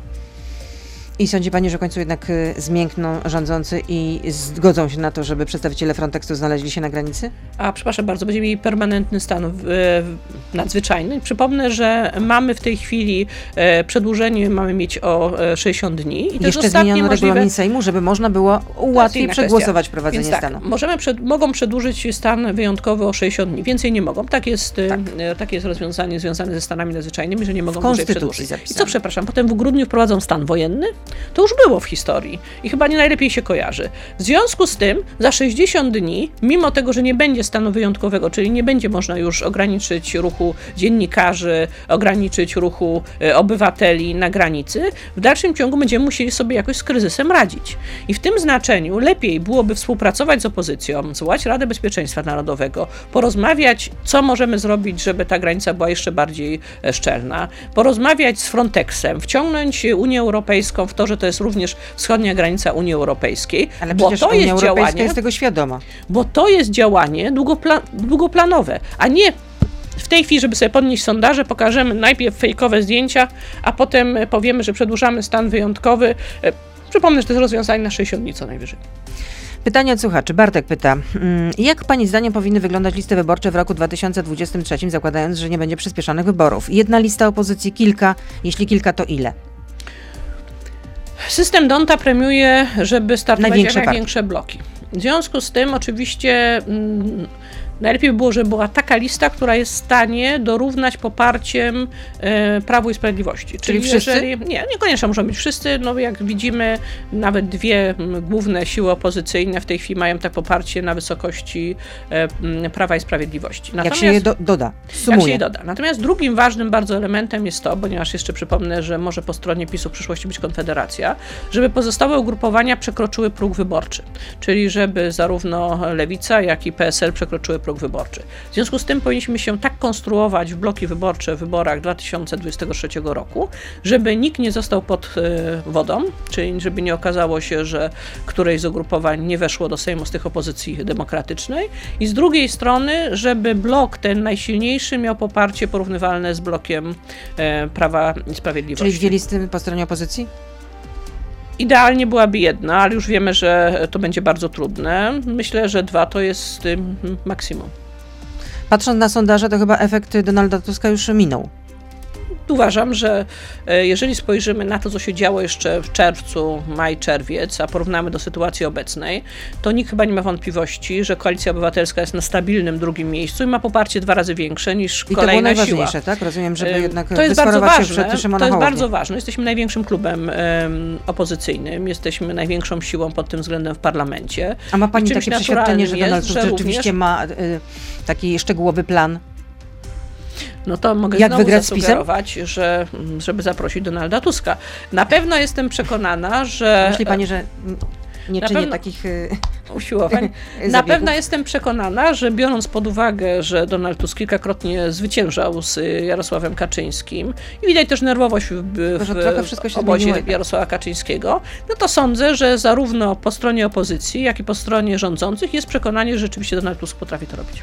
I sądzi pani, że w końcu jednak y, zmiękną rządzący i zgodzą się na to, żeby przedstawiciele Frontexu znaleźli się na granicy? A przepraszam bardzo, będziemy mieli permanentny stan w, w, nadzwyczajny. Przypomnę, że mamy w tej chwili e, przedłużenie, mamy mieć o e, sześćdziesiąt dni. I jeszcze zmieniono możliwe... regulamin Sejmu, żeby można było łatwiej przegłosować wprowadzenie Więc tak, stanu. Możemy przed, mogą przedłużyć stan wyjątkowy o sześćdziesiąt dni. Więcej nie mogą. Tak jest, tak. E, takie jest rozwiązanie związane ze stanami nadzwyczajnymi, że nie mogą dłużej przedłużyć. Zapisane. I co, przepraszam, potem w grudniu wprowadzą stan wojenny? To już było w historii i chyba nie najlepiej się kojarzy. W związku z tym za sześćdziesiąt dni, mimo tego, że nie będzie stanu wyjątkowego, czyli nie będzie można już ograniczyć ruchu dziennikarzy, ograniczyć ruchu y, obywateli na granicy, w dalszym ciągu będziemy musieli sobie jakoś z kryzysem radzić. I w tym znaczeniu lepiej byłoby współpracować z opozycją, zwołać Radę Bezpieczeństwa Narodowego, porozmawiać, co możemy zrobić, żeby ta granica była jeszcze bardziej e, szczelna, porozmawiać z Frontexem, wciągnąć Unię Europejską w to, że to jest również wschodnia granica Unii Europejskiej, ale bo przecież to Unia jest Europejska działanie, jest tego świadoma. Bo to jest działanie długopla- długoplanowe, a nie w tej chwili, żeby sobie podnieść sondaże, pokażemy najpierw fejkowe zdjęcia, a potem powiemy, że przedłużamy stan wyjątkowy. Przypomnę, że to jest rozwiązanie na sześćdziesiąt dni co najwyżej. Pytanie od słuchaczy. Bartek pyta, jak pani zdaniem powinny wyglądać listy wyborcze w roku dwa tysiące dwudziestym trzecim, zakładając, że nie będzie przyspieszonych wyborów? Jedna lista opozycji, kilka, jeśli kilka, to ile? System Donta premiuje, żeby startować Największe jak największe bloki. W związku z tym oczywiście mm, Najlepiej by było, żeby była taka lista, która jest w stanie dorównać poparciem e, Prawu i Sprawiedliwości. Czyli, Czyli wszyscy? Jeżeli, nie, niekoniecznie muszą być wszyscy, no jak widzimy, nawet dwie m, główne siły opozycyjne w tej chwili mają tak poparcie na wysokości e, m, Prawa i Sprawiedliwości. Natomiast, jak się je do, doda, sumuje. Jak się je doda. Natomiast drugim ważnym bardzo elementem jest to, ponieważ jeszcze przypomnę, że może po stronie PiSu w przyszłości być Konfederacja, żeby pozostałe ugrupowania przekroczyły próg wyborczy. Czyli żeby zarówno Lewica, jak i P S L przekroczyły próg wyborczy. W związku z tym powinniśmy się tak konstruować w bloki wyborcze w wyborach dwa tysiące dwudziestego trzeciego roku, żeby nikt nie został pod y, wodą, czyli żeby nie okazało się, że któreś z ugrupowań nie weszło do Sejmu z tych opozycji demokratycznej i z drugiej strony, żeby blok ten najsilniejszy miał poparcie porównywalne z blokiem e, Prawa i Sprawiedliwości. Czyli dwie listy po stronie opozycji? Idealnie byłaby jedna, ale już wiemy, że to będzie bardzo trudne. Myślę, że dwa to jest y, maksimum. Patrząc na sondaże, to chyba efekt Donalda Tuska już minął. Uważam, że jeżeli spojrzymy na to, co się działo jeszcze w czerwcu, maj, czerwiec, a porównamy do sytuacji obecnej, to nikt chyba nie ma wątpliwości, że Koalicja Obywatelska jest na stabilnym drugim miejscu i ma poparcie dwa razy większe niż I kolejna to było najważniejsze, siła. Tak? Rozumiem, żeby jednak to jest bardzo wysparować ważne, się przed Szymona To jest Hołownię. bardzo ważne. Jesteśmy największym klubem um, opozycyjnym, jesteśmy największą siłą pod tym względem w parlamencie. A ma pani takie przeświadczenie, że Donald Tusk jest, rzeczywiście również... ma y, taki szczegółowy plan? No to mogę Jak znowu wygrać z PiS-em? zasugerować, że, żeby zaprosić Donalda Tuska. Na pewno jestem przekonana, że... Myśli pani, że nie na czynię pewno... takich y, usiłowań. Na pewno jestem przekonana, że biorąc pod uwagę, że Donald Tusk kilkakrotnie zwyciężał z Jarosławem Kaczyńskim i widać też nerwowość w, w, w obozie Jarosława Kaczyńskiego, no to sądzę, że zarówno po stronie opozycji, jak i po stronie rządzących jest przekonanie, że rzeczywiście Donald Tusk potrafi to robić.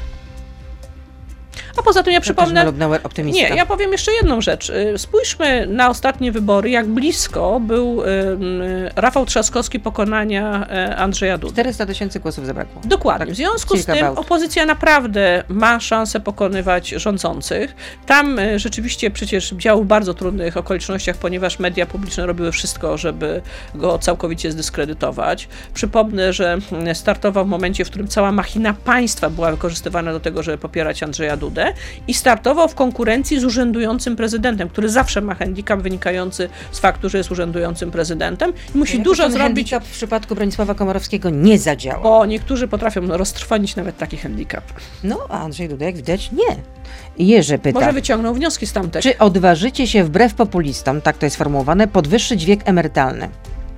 A poza tym ja przypomnę... Nie, ja powiem jeszcze jedną rzecz. Spójrzmy na ostatnie wybory, jak blisko był Rafał Trzaskowski pokonania Andrzeja Dudy. czterysta tysięcy głosów zabrakło. Dokładnie. Tak, w związku z tym bałt. Opozycja naprawdę ma szansę pokonywać rządzących. Tam rzeczywiście przecież działał w bardzo trudnych okolicznościach, ponieważ media publiczne robiły wszystko, żeby go całkowicie zdyskredytować. Przypomnę, że startował w momencie, w którym cała machina państwa była wykorzystywana do tego, żeby popierać Andrzeja Dudę. I startował w konkurencji z urzędującym prezydentem, który zawsze ma handicap wynikający z faktu, że jest urzędującym prezydentem i musi Jak dużo ten zrobić. Handicap w przypadku Bronisława Komorowskiego nie zadziała. Bo niektórzy potrafią roztrwonić nawet taki handicap. No, a Andrzej Duda, jak widać, nie. Jerzy pyta. Może wyciągnął wnioski z tamtego. Czy odważycie się wbrew populistom, tak to jest sformułowane, podwyższyć wiek emerytalny?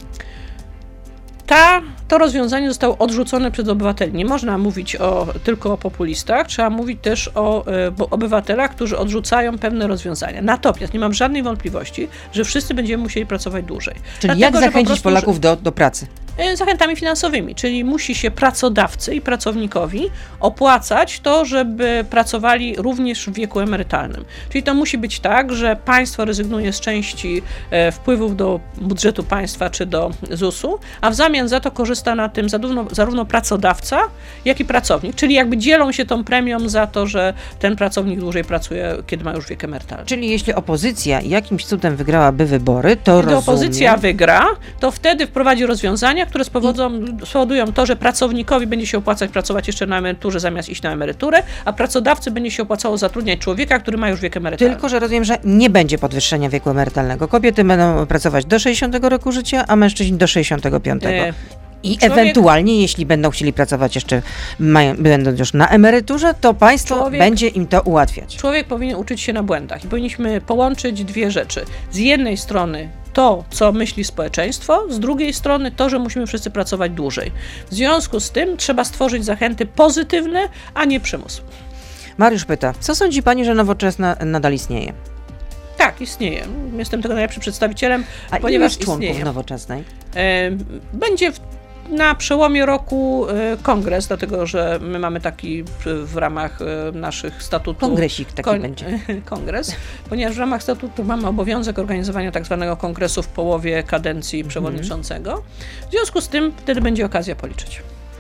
Ta, to rozwiązanie zostało odrzucone przez obywateli. Nie można mówić o, tylko o populistach, trzeba mówić też o y, obywatelach, którzy odrzucają pewne rozwiązania. Natomiast nie mam żadnej wątpliwości, że wszyscy będziemy musieli pracować dłużej. Czyli Dlatego, jak zachęcić prostu, Polaków do, do pracy? Zachętami finansowymi, czyli musi się pracodawcy i pracownikowi opłacać to, żeby pracowali również w wieku emerytalnym. Czyli to musi być tak, że państwo rezygnuje z części e, wpływów do budżetu państwa czy do zusu, a w zamian za to korzysta na tym zarówno, zarówno pracodawca, jak i pracownik. Czyli jakby dzielą się tą premią za to, że ten pracownik dłużej pracuje, kiedy ma już wiek emerytalny. Czyli jeśli opozycja jakimś cudem wygrałaby wybory, to Kiedy rozumiem... opozycja wygra, to wtedy wprowadzi rozwiązania, które spowodują, spowodują to, że pracownikowi będzie się opłacać pracować jeszcze na emeryturze zamiast iść na emeryturę, a pracodawcy będzie się opłacało zatrudniać człowieka, który ma już wiek emerytalny. Tylko że rozumiem, że nie będzie podwyższenia wieku emerytalnego. Kobiety będą pracować do sześćdziesiątego roku życia, a mężczyźni do sześćdziesiątego piątego. E, I człowiek, ewentualnie, jeśli będą chcieli pracować jeszcze, mają, będąc już na emeryturze, to państwo człowiek, będzie im to ułatwiać. Człowiek powinien uczyć się na błędach i powinniśmy połączyć dwie rzeczy. Z jednej strony to, co myśli społeczeństwo, z drugiej strony to, że musimy wszyscy pracować dłużej. W związku z tym trzeba stworzyć zachęty pozytywne, a nie przymus. Mariusz pyta, co sądzi pani, że Nowoczesna nadal istnieje? Tak, istnieje. Jestem tego najlepszym przedstawicielem, a ponieważ członków istnieje. Nowoczesnej? E, będzie w na przełomie roku kongres, dlatego że my mamy taki w ramach naszych statutów... Kongresik taki kon, będzie. Kongres, ponieważ w ramach statutu mamy obowiązek organizowania tak zwanego kongresu w połowie kadencji przewodniczącego. W związku z tym wtedy będzie okazja policzyć.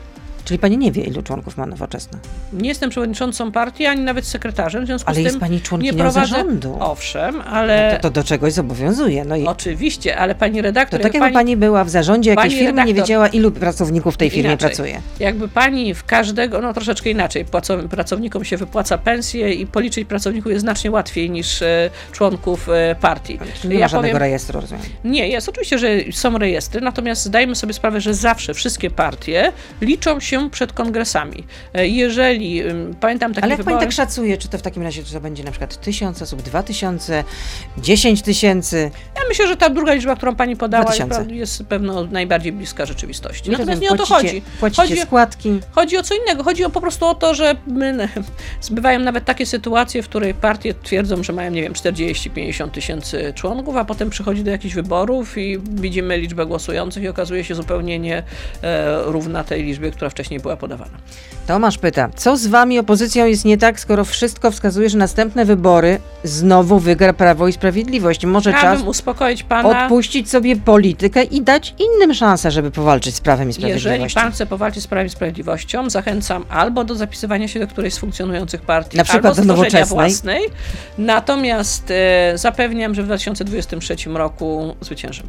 Czyli pani nie wie, ilu członków ma Nowoczesna? Nie jestem przewodniczącą partii, ani nawet sekretarzem, w związku Ale z tym jest pani nie członkinią prowadzę... zarządu. Owszem, ale... No to, to do czegoś zobowiązuje. No i Oczywiście, ale pani redaktor... to tak jakby pani... pani była w zarządzie jakiejś Pani firmy, nie redaktor, wiedziała, ilu pracowników w tej firmie inaczej. pracuje. Jakby pani w każdego, no troszeczkę inaczej, płaco, pracownikom się wypłaca pensję i policzyć pracowników jest znacznie łatwiej niż e, członków e, partii. Czyli nie ma żadnego rejestru, rozumiem. Nie, jest oczywiście, że są rejestry, natomiast zdajemy sobie sprawę, że zawsze wszystkie partie liczą się przed kongresami. E, Jeżeli, ym, pamiętam takie Ale jak wybory... pani tak szacuje, czy to w takim razie to będzie na przykład tysiąc osób, dwa tysiące, dziesięć tysięcy? Ja myślę, że ta druga liczba, którą pani podała, dwa jest, tysiące. pra- jest pewno najbardziej bliska rzeczywistości. I Natomiast rozumiem, nie o to płacicie- chodzi. Płacicie Chodzi, składki. chodzi o co innego. Chodzi o po prostu o to, że my, zbywają nawet takie sytuacje, w której partie twierdzą, że mają, nie wiem, czterdzieści pięćdziesiąt tysięcy członków, a potem przychodzi do jakichś wyborów i widzimy liczbę głosujących i okazuje się zupełnie nie e, równa tej liczbie, która wcześniej była podawana. Tomasz pyta, co z wami opozycją jest nie tak, skoro wszystko wskazuje, że następne wybory znowu wygra Prawo i Sprawiedliwość? Może czas Chciałabym uspokoić pana. odpuścić sobie politykę i dać innym szansę, żeby powalczyć z Prawem i Jeżeli Sprawiedliwością. pan chce powalczyć z Prawem i Sprawiedliwością, zachęcam albo do zapisywania się do którejś z funkcjonujących partii, Na przykład albo do stworzenia Nowoczesnej. własnej. Natomiast e, zapewniam, że w dwa tysiące dwudziestym trzecim roku zwyciężymy.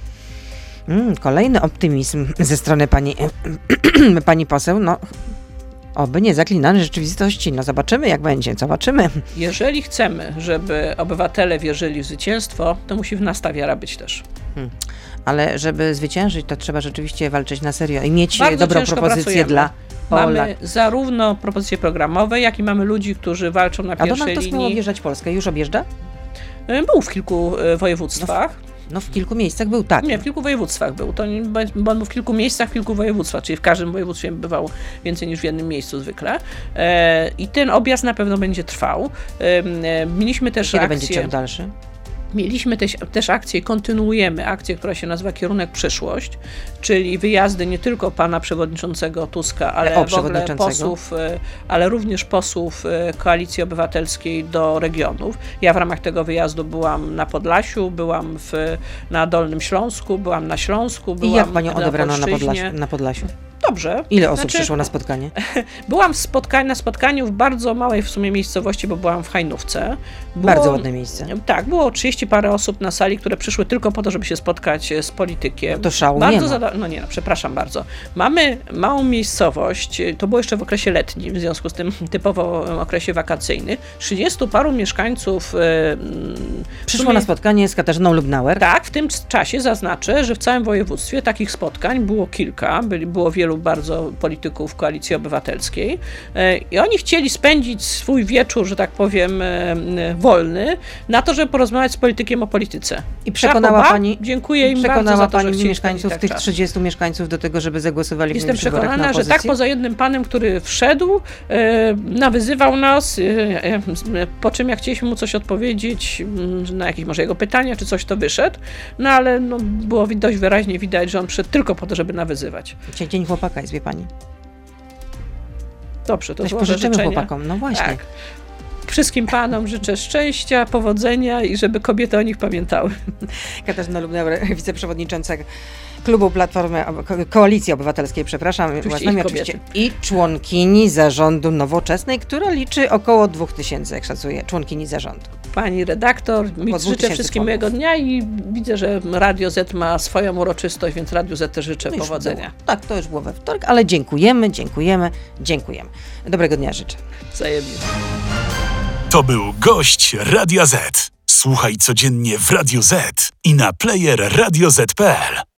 Mm, kolejny optymizm ze strony pani, pani poseł. No, oby nie zaklinany rzeczywistości. No zobaczymy, jak będzie. Zobaczymy. Jeżeli chcemy, żeby obywatele wierzyli w zwycięstwo, to musi w nas ta wiara być też. Hmm. Ale żeby zwyciężyć, to trzeba rzeczywiście walczyć na serio i mieć Bardzo dobrą ciężko propozycję pracujemy. dla Polak. Mamy zarówno propozycje programowe, jak i mamy ludzi, którzy walczą na A Donald pierwszej Tusk miał linii. objeżdżać Polskę. Już objeżdża? Był w kilku e, województwach. No w kilku miejscach był, tak. Nie, w kilku województwach był. To nie, bo on był w kilku miejscach, w kilku województwach, czyli w każdym województwie bywał więcej niż w jednym miejscu zwykle. E, I ten objazd na pewno będzie trwał. E, mieliśmy też Kiedy akcję... będzie ciąg dalszy? Mieliśmy też, też akcję, kontynuujemy akcję, która się nazywa Kierunek Przyszłość, czyli wyjazdy nie tylko pana przewodniczącego Tuska, ale O, w ogóle posłów, e, ale również posłów e, Koalicji Obywatelskiej do regionów. Ja w ramach tego wyjazdu byłam na Podlasiu, byłam w, na Dolnym Śląsku, byłam na Śląsku, byłam I jak panią na odebrano na Polszczyźnie. Podlasiu? Na Podlasiu? Dobrze. Ile osób Znaczy, przyszło na spotkanie? Byłam w spotkań, na spotkaniu w bardzo małej w sumie miejscowości, bo byłam w Hajnówce. Było, Bardzo ładne miejsce. Tak, było trzydzieści parę osób na sali, które przyszły tylko po to, żeby się spotkać z politykiem. No to szału bardzo nie ma. zada- No nie, no, przepraszam bardzo. Mamy małą miejscowość, to było jeszcze w okresie letnim, w związku z tym typowo w okresie wakacyjnym. trzydziestu paru mieszkańców e, Przyszło sumie- na spotkanie z Katarzyną Lubnauer. Tak, w tym czasie zaznaczę, że w całym województwie takich spotkań było kilka, byli, było wielu bardzo polityków Koalicji Obywatelskiej e, i oni chcieli spędzić swój wieczór, że tak powiem, e, e, wolny na to, żeby porozmawiać z politykiem o polityce. I przekonała Szapoba, pani, dziękuję im przekonała bardzo za to, pani że chcieli mieszkańców, spędzić tak tych czas. trzydziestu mieszkańców do tego, żeby zagłosowali w Jestem najbliższych wyborach na przekonana, że opozycję? tak, poza jednym panem, który wszedł, e, nawyzywał nas, e, e, po czym jak chcieliśmy mu coś odpowiedzieć, m, na jakieś może jego pytania, czy coś, to wyszedł, no ale no, było wi- dość wyraźnie widać, że on przyszedł tylko po to, żeby nawyzywać. Dzisiaj Dzień Chłopaka jest, wie pani. Dobrze, to Coś złożę pożyczymy życzenia. chłopakom, no właśnie. Tak. Wszystkim panom życzę szczęścia, powodzenia i żeby kobiety o nich pamiętały. Katarzyna Lubnauer, wiceprzewodnicząca klubu Platformy, Ko- Koalicji Obywatelskiej, przepraszam, własnymi i kobiety. oczywiście, i członkini zarządu Nowoczesnej, która liczy około dwóch tysięcy, jak szacuję, członkini zarządu. Pani redaktor, mi dwóch życzę tysięcy wszystkim członków. miłego dnia i widzę, że Radio Z ma swoją uroczystość, więc Radio Z też życzę No już powodzenia. było. Tak, to już było we wtorek, ale dziękujemy, dziękujemy, dziękujemy. Dobrego dnia życzę. Wzajemnie. To był gość Radia Z. Słuchaj codziennie w Radio Z i na player radio zet kropka pe el.